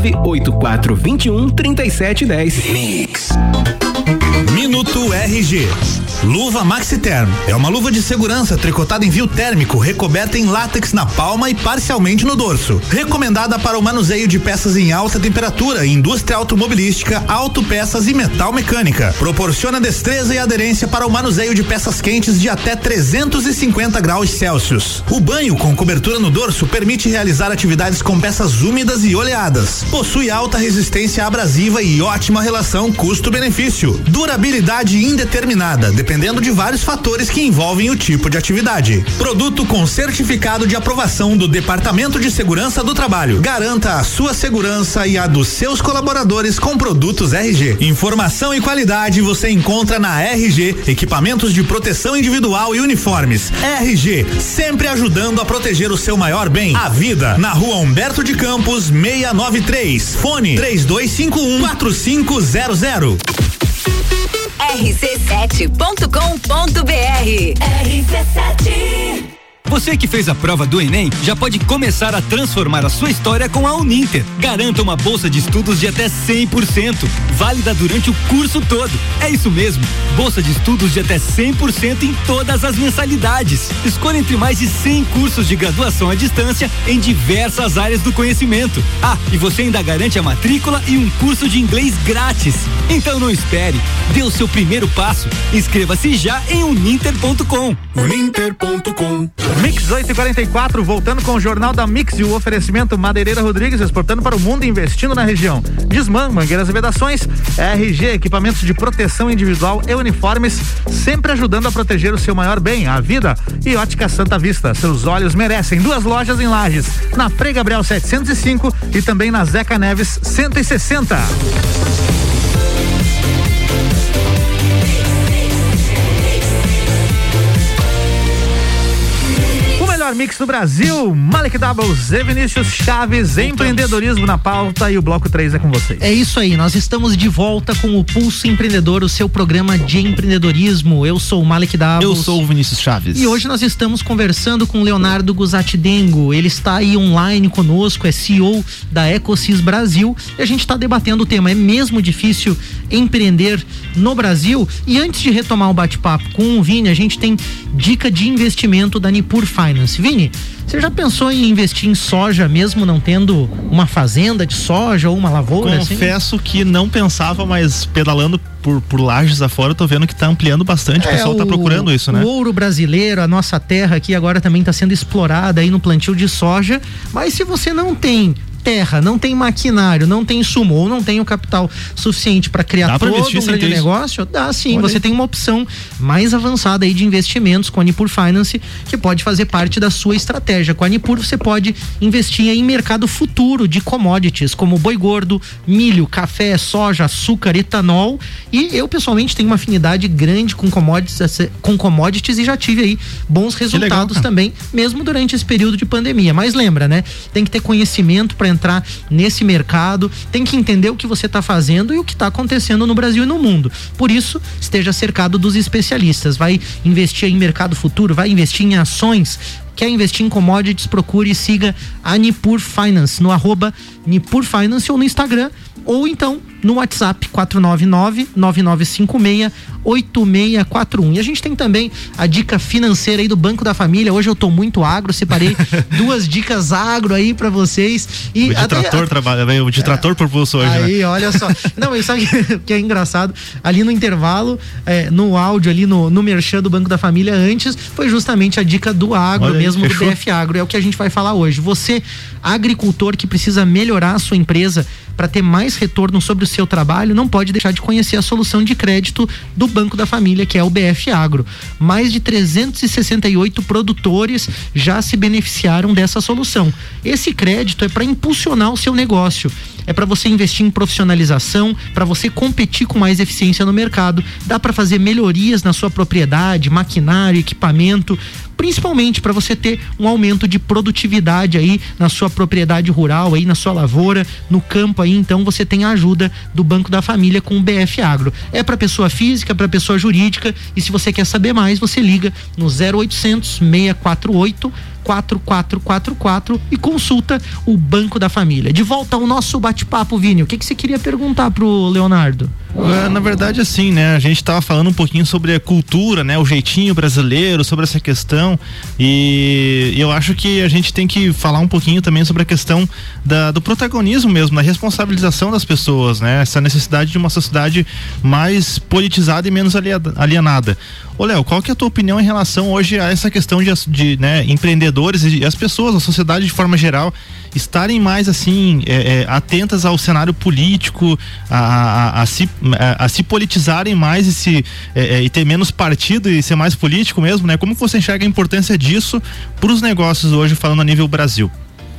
98421-3710. Mix. Minuto RG. Luva Maxiterm é uma luva de segurança tricotada em fio térmico, recoberta em látex na palma e parcialmente no dorso. Recomendada para o manuseio de peças em alta temperatura, indústria automobilística, autopeças e metal mecânica. Proporciona destreza e aderência para o manuseio de peças quentes de até 350 graus Celsius. O banho com cobertura no dorso permite realizar atividades com peças úmidas e oleadas. Possui alta resistência abrasiva e ótima relação custo-benefício. Durabilidade indeterminada, dependendo de vários fatores que envolvem o tipo de atividade. Produto com certificado de aprovação do Departamento de Segurança do Trabalho. Garanta a sua segurança e a dos seus colaboradores com produtos RG. Informação e qualidade você encontra na RG, equipamentos de proteção individual e uniformes. RG, sempre ajudando a proteger o seu maior bem, a vida. Na Rua Humberto de Campos, 693. Fone 3251-4500. rc7.com.br. RC7. Você que fez a prova do Enem já pode começar a transformar a sua história com a Uninter. Garanta uma bolsa de estudos de até 100%, válida durante o curso todo. É isso mesmo, bolsa de estudos de até 100% em todas as mensalidades. Escolha entre mais de 100 cursos de graduação à distância em diversas áreas do conhecimento. Ah, e você ainda garante a matrícula e um curso de inglês grátis. Então não espere, dê o seu primeiro passo. Inscreva-se já em uninter.com. Uninter.com. Mix 8h44, voltando com o Jornal da Mix e o oferecimento Madeireira Rodrigues, exportando para o mundo e investindo na região. Desmã, mangueiras e vedações, RG, equipamentos de proteção individual e uniformes, sempre ajudando a proteger o seu maior bem, a vida. E Ótica Santa Vista, seus olhos merecem. 2 lojas em Lages, na Frei Gabriel 705 e também na Zeca Neves 160. Mix do Brasil, Malik Doubles, e Vinícius Chaves, empreendedorismo na pauta, e o bloco 3 é com vocês. É isso aí, nós estamos de volta com o Pulso Empreendedor, o seu programa de empreendedorismo. Eu sou o Malik Doubles. Eu sou o Vinícius Chaves. E hoje nós estamos conversando com o Leonardo Guzatidengo. Ele está aí online conosco, é CEO da Ecosys Brasil, e a gente está debatendo o tema: é mesmo difícil empreender no Brasil? E antes de retomar o bate-papo com o Vini, a gente tem dica de investimento da Nipur Finance. Vini, você já pensou em investir em soja mesmo não tendo uma fazenda de soja ou uma lavoura? Confesso que não pensava, mas pedalando por Lages afora, eu tô vendo que tá ampliando bastante, o pessoal tá procurando isso, né? O ouro brasileiro, a nossa terra aqui agora também tá sendo explorada aí no plantio de soja, mas se você não tem terra, não tem maquinário, não tem insumo ou não tem o capital suficiente para criar todo um grande negócio, dá sim. Você tem uma opção mais avançada aí de investimentos com a Nipur Finance, que pode fazer parte da sua estratégia. Com a Nipur você pode investir em mercado futuro de commodities, como boi gordo, milho, café, soja, açúcar, etanol, e eu pessoalmente tenho uma afinidade grande com commodities e já tive aí bons resultados também, mesmo durante esse período de pandemia. Mas lembra, né? Tem que ter conhecimento para entrar nesse mercado, tem que entender o que você está fazendo e o que está acontecendo no Brasil e no mundo. Por isso, esteja cercado dos especialistas. Vai investir em mercado futuro, vai investir em ações. Quer investir em commodities, procure e siga a Nipur Finance no @Nipur Finance ou no Instagram, ou então no WhatsApp 499-9956-8641. E a gente tem também a dica financeira aí do Banco da Família. Hoje eu tô muito agro, separei 2 dicas agro aí pra vocês. E o distrator trabalha, o distrator propulso hoje, aí, né? Olha só. Não, mas sabe que é engraçado? Ali no intervalo, no áudio ali no merchan do Banco da Família antes, foi justamente a dica do agro, olha mesmo aí, do BF Agro. É o que a gente vai falar hoje. Você, agricultor que precisa melhorar a sua empresa para ter mais retorno sobre o seu trabalho, não pode deixar de conhecer a solução de crédito do Banco da Família, que é o BF Agro. Mais de 368 produtores já se beneficiaram dessa solução. Esse crédito é para impulsionar o seu negócio, é para você investir em profissionalização, para você competir com mais eficiência no mercado. Dá para fazer melhorias na sua propriedade, maquinário, equipamento, principalmente para você ter um aumento de produtividade aí na sua propriedade rural, aí na sua lavoura, no campo aí. Então você tem a ajuda do Banco da Família com o BF Agro. É para pessoa física, para pessoa jurídica, e se você quer saber mais, você liga no 0800 648 4444 e consulta o Banco da Família. De volta ao nosso bate-papo, Vini, o que você queria perguntar pro Leonardo? Na verdade, assim, né, a gente tava falando um pouquinho sobre a cultura, né, o jeitinho brasileiro, sobre essa questão, e eu acho que a gente tem que falar um pouquinho também sobre a questão do protagonismo mesmo, da responsabilização das pessoas, né, essa necessidade de uma sociedade mais politizada e menos alienada. Ô Léo, qual que é a tua opinião em relação hoje a essa questão de né, empreendedores e as pessoas, a sociedade de forma geral, estarem mais assim atentas ao cenário político, a se politizarem mais e ter menos partido e ser mais político mesmo, né? Como você enxerga a importância disso para os negócios hoje, falando a nível Brasil?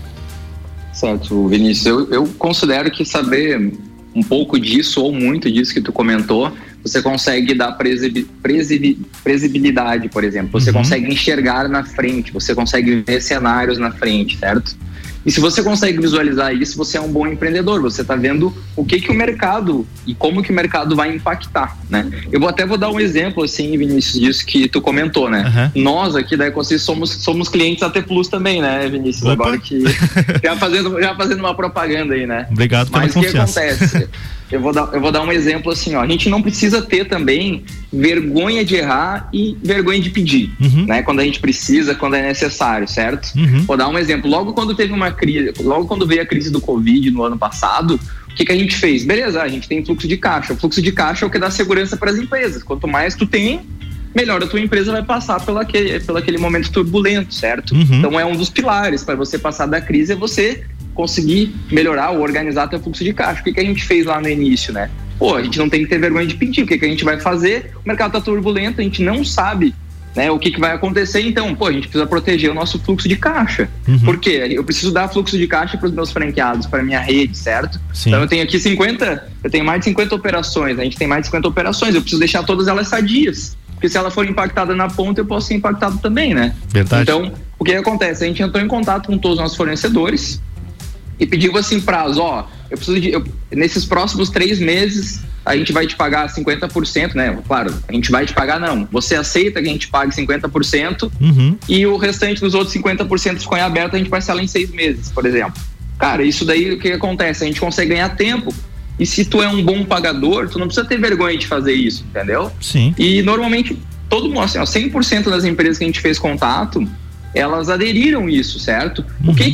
Certo, Vinícius, eu considero que saber um pouco disso ou muito disso que tu comentou, você consegue dar previsibilidade, por exemplo. Você consegue enxergar na frente, você consegue ver cenários na frente, certo? E se você consegue visualizar isso, você é um bom empreendedor. Você está vendo o que o mercado e como que o mercado vai impactar, né? Eu vou dar um exemplo, assim, Vinícius, disso que tu comentou, né? Nós aqui da Ecosys somos clientes AT Plus também, né, Vinícius? Opa. Agora que já fazendo uma propaganda aí, né? Obrigado pela confiança. Mas o que acontece? Eu vou dar um exemplo assim, ó. A gente não precisa ter também vergonha de errar e vergonha de pedir, né? Quando a gente precisa, quando é necessário, certo? Vou dar um exemplo. Logo quando veio a crise do Covid no ano passado, o que a gente fez? Beleza, a gente tem fluxo de caixa. O fluxo de caixa é o que dá segurança para as empresas. Quanto mais tu tem, melhor a tua empresa vai passar pelo aquele momento turbulento, certo? Então é um dos pilares para você passar da crise, é você conseguir melhorar ou organizar teu fluxo de caixa. O que a gente fez lá no início, né? Pô, a gente não tem que ter vergonha de pedir. O que a gente vai fazer? O mercado tá turbulento, a gente não sabe, né, o que vai acontecer. Então, a gente precisa proteger o nosso fluxo de caixa. Por quê? Eu preciso dar fluxo de caixa para os meus franqueados, para minha rede, certo? Sim. Então eu tenho aqui eu tenho mais de 50 operações, a gente tem mais de 50 operações, eu preciso deixar todas elas sadias. Porque se ela for impactada na ponta, eu posso ser impactado também, né? Verdade. Então, o que acontece? A gente entrou em contato com todos os nossos fornecedores e pediu assim prazo, nesses próximos 3 meses a gente vai te pagar 50%, né? Claro, a gente vai te pagar não. Você aceita que a gente pague 50% e o restante dos outros 50% ficou em aberto, a gente parcela em 6 meses, por exemplo. Cara, isso daí o que acontece? A gente consegue ganhar tempo. E se tu é um bom pagador, tu não precisa ter vergonha de fazer isso, entendeu? Sim. E normalmente todo mundo, assim, 100% das empresas que a gente fez contato, elas aderiram isso, certo? O que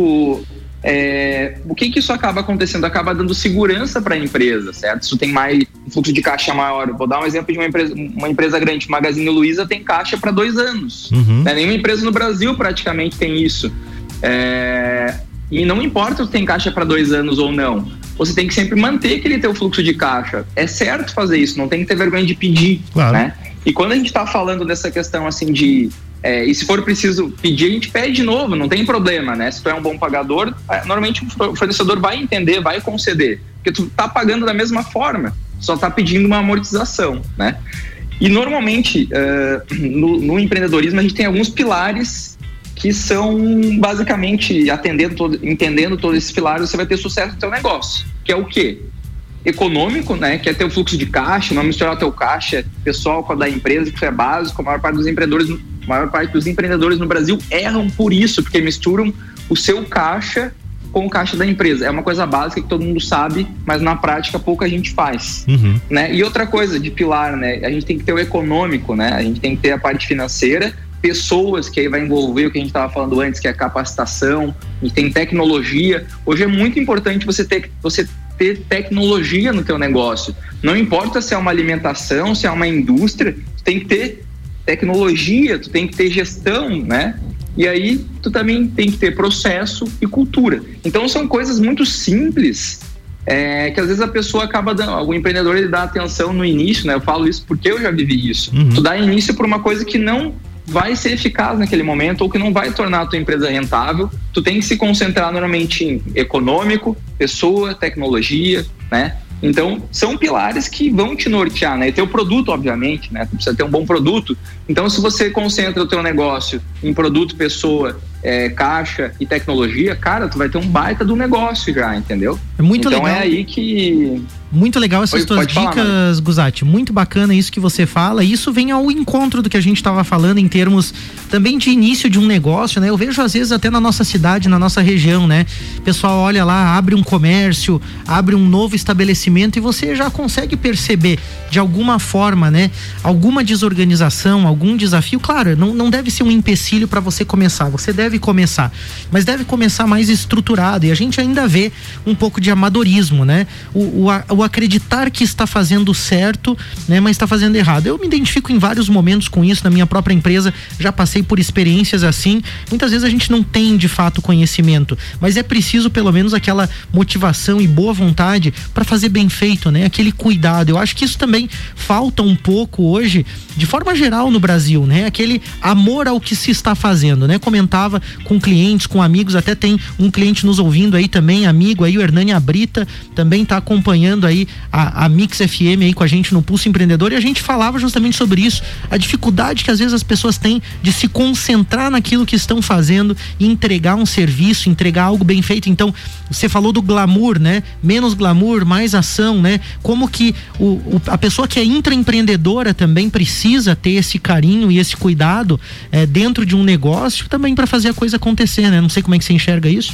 isso acaba acontecendo? Acaba dando segurança para a empresa, certo? Se tu tem mais fluxo de caixa maior, vou dar um exemplo de uma empresa grande, Magazine Luiza tem caixa para 2 anos. Nenhuma empresa no Brasil praticamente tem isso. E não importa se tem caixa para 2 anos ou não, você tem que sempre manter aquele teu fluxo de caixa. É certo fazer isso, não tem que ter vergonha de pedir, claro, né? E quando a gente está falando dessa questão assim de e se for preciso pedir, a gente pede de novo, não tem problema, né? Se tu é um bom pagador, normalmente o fornecedor vai entender, vai conceder, porque tu tá pagando da mesma forma, só tá pedindo uma amortização, né? E normalmente no empreendedorismo a gente tem alguns pilares que são basicamente entendendo todos esses pilares, você vai ter sucesso no teu negócio, que é o quê? Econômico, né? Que é ter o fluxo de caixa, não misturar o teu caixa pessoal com a da empresa, que isso é básico. A maior parte dos empreendedores no Brasil erram por isso, porque misturam o seu caixa com o caixa da empresa. É uma coisa básica que todo mundo sabe, mas na prática pouca gente faz, né? E outra coisa de pilar, né? A gente tem que ter o econômico, né? A gente tem que ter a parte financeira, pessoas, que aí vai envolver o que a gente estava falando antes, que é a capacitação, a gente tem tecnologia. Hoje é muito importante você ter tecnologia no teu negócio. Não importa se é uma alimentação, se é uma indústria, tu tem que ter tecnologia, tu tem que ter gestão, né? E aí tu também tem que ter processo e cultura. Então são coisas muito simples que às vezes a pessoa acaba dando, o empreendedor ele dá atenção no início, né? Eu falo isso porque eu já vivi isso. Tu dá início por uma coisa que não vai ser eficaz naquele momento ou que não vai tornar a tua empresa rentável. Tu tem que se concentrar normalmente em econômico, pessoa, tecnologia, né? Então, são pilares que vão te nortear, né? E teu produto, obviamente, né? Tu precisa ter um bom produto. Então, se você concentra o teu negócio em produto, pessoa, caixa e tecnologia, cara, tu vai ter um baita do negócio já, entendeu? É muito então, legal. É aí que... Muito legal essas tuas dicas, Guzatti. Muito bacana isso que você fala. Isso vem ao encontro do que a gente estava falando em termos também de início de um negócio, né? Eu vejo às vezes até na nossa cidade, na nossa região, né? O pessoal olha lá, abre um comércio, abre um novo estabelecimento e você já consegue perceber de alguma forma, né? Alguma desorganização, algum desafio. Claro, não deve ser um empecilho para você começar. Você deve começar, mas deve começar mais estruturado. E a gente ainda vê um pouco de amadorismo, né? O acreditar que está fazendo certo, né, mas está fazendo errado. Eu me identifico em vários momentos com isso na minha própria empresa, já passei por experiências assim. Muitas vezes a gente não tem de fato conhecimento, mas é preciso pelo menos aquela motivação e boa vontade para fazer bem feito, né? Aquele cuidado. Eu acho que isso também falta um pouco hoje, de forma geral no Brasil, né? Aquele amor ao que se está fazendo, né? Comentava com clientes, com amigos, até tem um cliente nos ouvindo aí também, amigo aí, o Hernani Abrita, também está acompanhando aí a Mix FM aí com a gente no Pulso Empreendedor, e a gente falava justamente sobre isso, a dificuldade que às vezes as pessoas têm de se concentrar naquilo que estão fazendo e entregar um serviço, entregar algo bem feito. Então, você falou do glamour, né? Menos glamour, mais ação, né? Como que a pessoa que é intraempreendedora também precisa ter esse carinho e esse cuidado dentro de um negócio também para fazer a coisa acontecer, né? Não sei como é que você enxerga isso.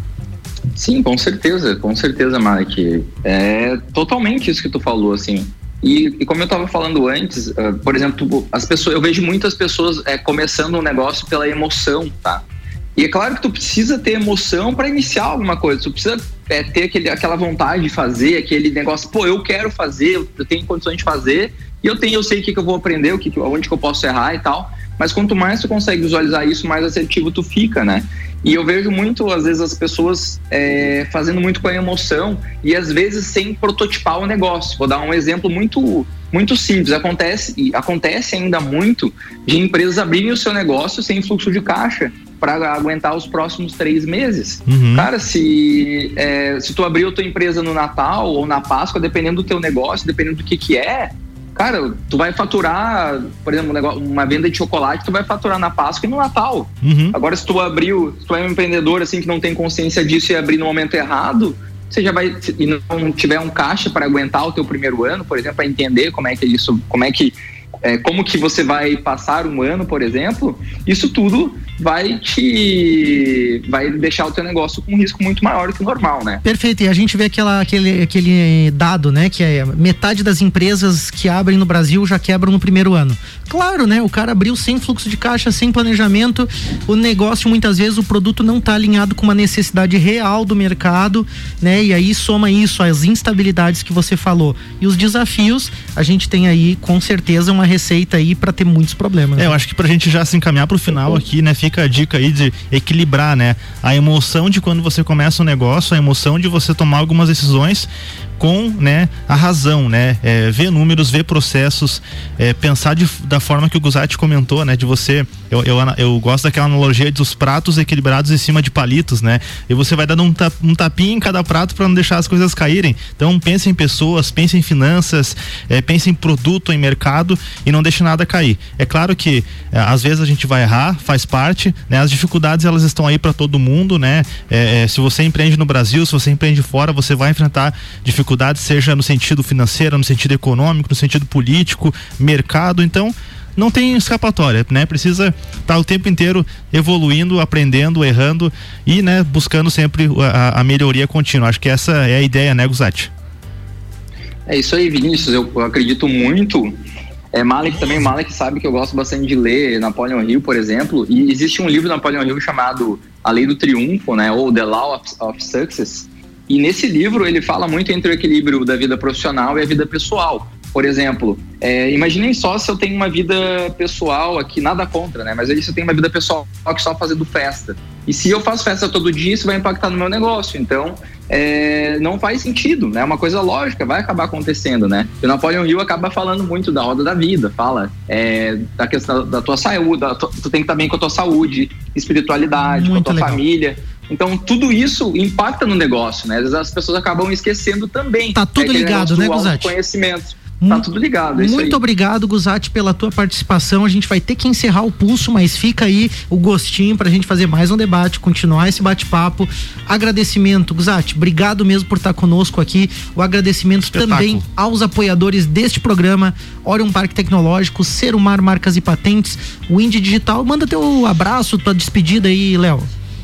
Sim, com certeza, Mike. É totalmente isso que tu falou, assim. E como eu estava falando antes, por exemplo, eu vejo muitas pessoas começando um negócio pela emoção, tá? E é claro que tu precisa ter emoção para iniciar alguma coisa, tu precisa ter aquela vontade de fazer, aquele negócio, eu quero fazer, eu tenho condições de fazer, e eu sei o que eu vou aprender, onde que eu posso errar e tal. Mas quanto mais tu consegue visualizar isso, mais assertivo tu fica, né? E eu vejo muito, às vezes, as pessoas fazendo muito com a emoção e, às vezes, sem prototipar o negócio. Vou dar um exemplo muito, muito simples. Acontece ainda muito de empresas abrirem o seu negócio sem fluxo de caixa para aguentar os próximos 3 meses. Cara, se tu abrir a tua empresa no Natal ou na Páscoa, dependendo do teu negócio, dependendo do que é, cara, tu vai faturar, por exemplo, uma venda de chocolate, tu vai faturar na Páscoa e no Natal. Agora, se tu é um empreendedor assim que não tem consciência disso e abrir no momento errado, você já vai, e não tiver um caixa para aguentar o teu primeiro ano, por exemplo, para entender como que você vai passar um ano, por exemplo, isso tudo vai deixar o teu negócio com um risco muito maior que o normal, né? Perfeito, e a gente vê aquele dado, né, que é metade das empresas que abrem no Brasil já quebram no primeiro ano. Claro, né, o cara abriu sem fluxo de caixa, sem planejamento, o negócio, muitas vezes, o produto não está alinhado com uma necessidade real do mercado, né, e aí soma isso, as instabilidades que você falou, e os desafios, a gente tem aí, com certeza, uma receita aí para ter muitos problemas. Eu acho que pra gente já se encaminhar pro final aqui, né, fica a dica aí de equilibrar, né, a emoção de quando você começa um negócio, a emoção de você tomar algumas decisões com, né, a razão, né, ver números, ver processos, pensar da forma que o Guzatti comentou, né, de você, eu gosto daquela analogia dos pratos equilibrados em cima de palitos, né, e você vai dando um tapinha em cada prato para não deixar as coisas caírem. Então pense em pessoas, pense em finanças, pense em produto, em mercado e não deixe nada cair. É claro que às vezes a gente vai errar, faz parte, né, as dificuldades elas estão aí para todo mundo, né, se você empreende no Brasil, se você empreende fora, você vai enfrentar dificuldades, seja no sentido financeiro, no sentido econômico, no sentido político, mercado, então não tem escapatória, né? Precisa estar o tempo inteiro evoluindo, aprendendo, errando e, né, buscando sempre a melhoria contínua. Acho que essa é a ideia, né, Guzatti? É isso aí, Vinícius, eu acredito muito. Malek sabe que eu gosto bastante de ler Napoleon Hill, por exemplo, e existe um livro do Napoleon Hill chamado A Lei do Triunfo, né, ou The Law of Success. E nesse livro ele fala muito entre o equilíbrio da vida profissional e a vida pessoal. Por exemplo, imaginem só se eu tenho uma vida pessoal aqui, nada contra, né? Mas aí se eu tenho uma vida pessoal que só fazendo festa. E se eu faço festa todo dia, isso vai impactar no meu negócio. Então, não faz sentido, né? É uma coisa lógica, vai acabar acontecendo, né? E o Napoleon Hill acaba falando muito da roda da vida, fala da questão da tua saúde, tu tem que estar bem com a tua saúde, espiritualidade, muito com a tua família. Então, tudo isso impacta no negócio, né? Às vezes as pessoas acabam esquecendo também. Tá tudo ligado, né, Guzatti? Conhecimento. Tá tudo ligado, é isso aí. Muito obrigado, Guzatti, pela tua participação. A gente vai ter que encerrar o pulso, mas fica aí o gostinho pra gente fazer mais um debate, continuar esse bate-papo. Agradecimento, Guzatti, obrigado mesmo por estar conosco aqui. O agradecimento também aos apoiadores deste programa, Orion Parque Tecnológico, Serumar Marcas e Patentes, o Indy Digital. Manda teu abraço, tua despedida aí, Léo.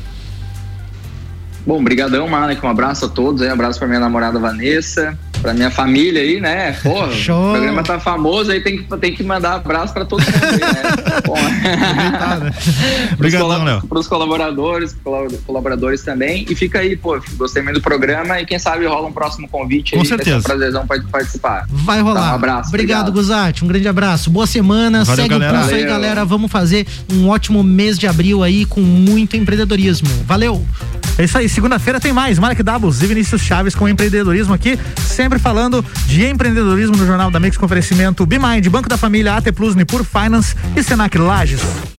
Bom, brigadão, Malek, um abraço a todos aí, um abraço pra minha namorada Vanessa, pra minha família aí, né? Porra, o programa tá famoso aí, tem que mandar abraço pra todo mundo aí, né? Obrigadão, Léo. Pros colaboradores também, e fica aí, gostei muito do programa e quem sabe rola um próximo convite aí. Com certeza. Vai ser um prazerzão participar. Vai rolar. Um abraço. Obrigado, Guzatti, um grande abraço, boa semana. Valeu, segue galera. O pulso aí, galera, vamos fazer um ótimo mês de abril aí com muito empreendedorismo. Valeu! É isso aí, segunda-feira tem mais Malek Doubles e Vinícius Chaves com empreendedorismo aqui, sempre falando de empreendedorismo no Jornal da Mix com oferecimento BeMind, Banco da Família, AT Plus, Nipur Finance e Senac Lages.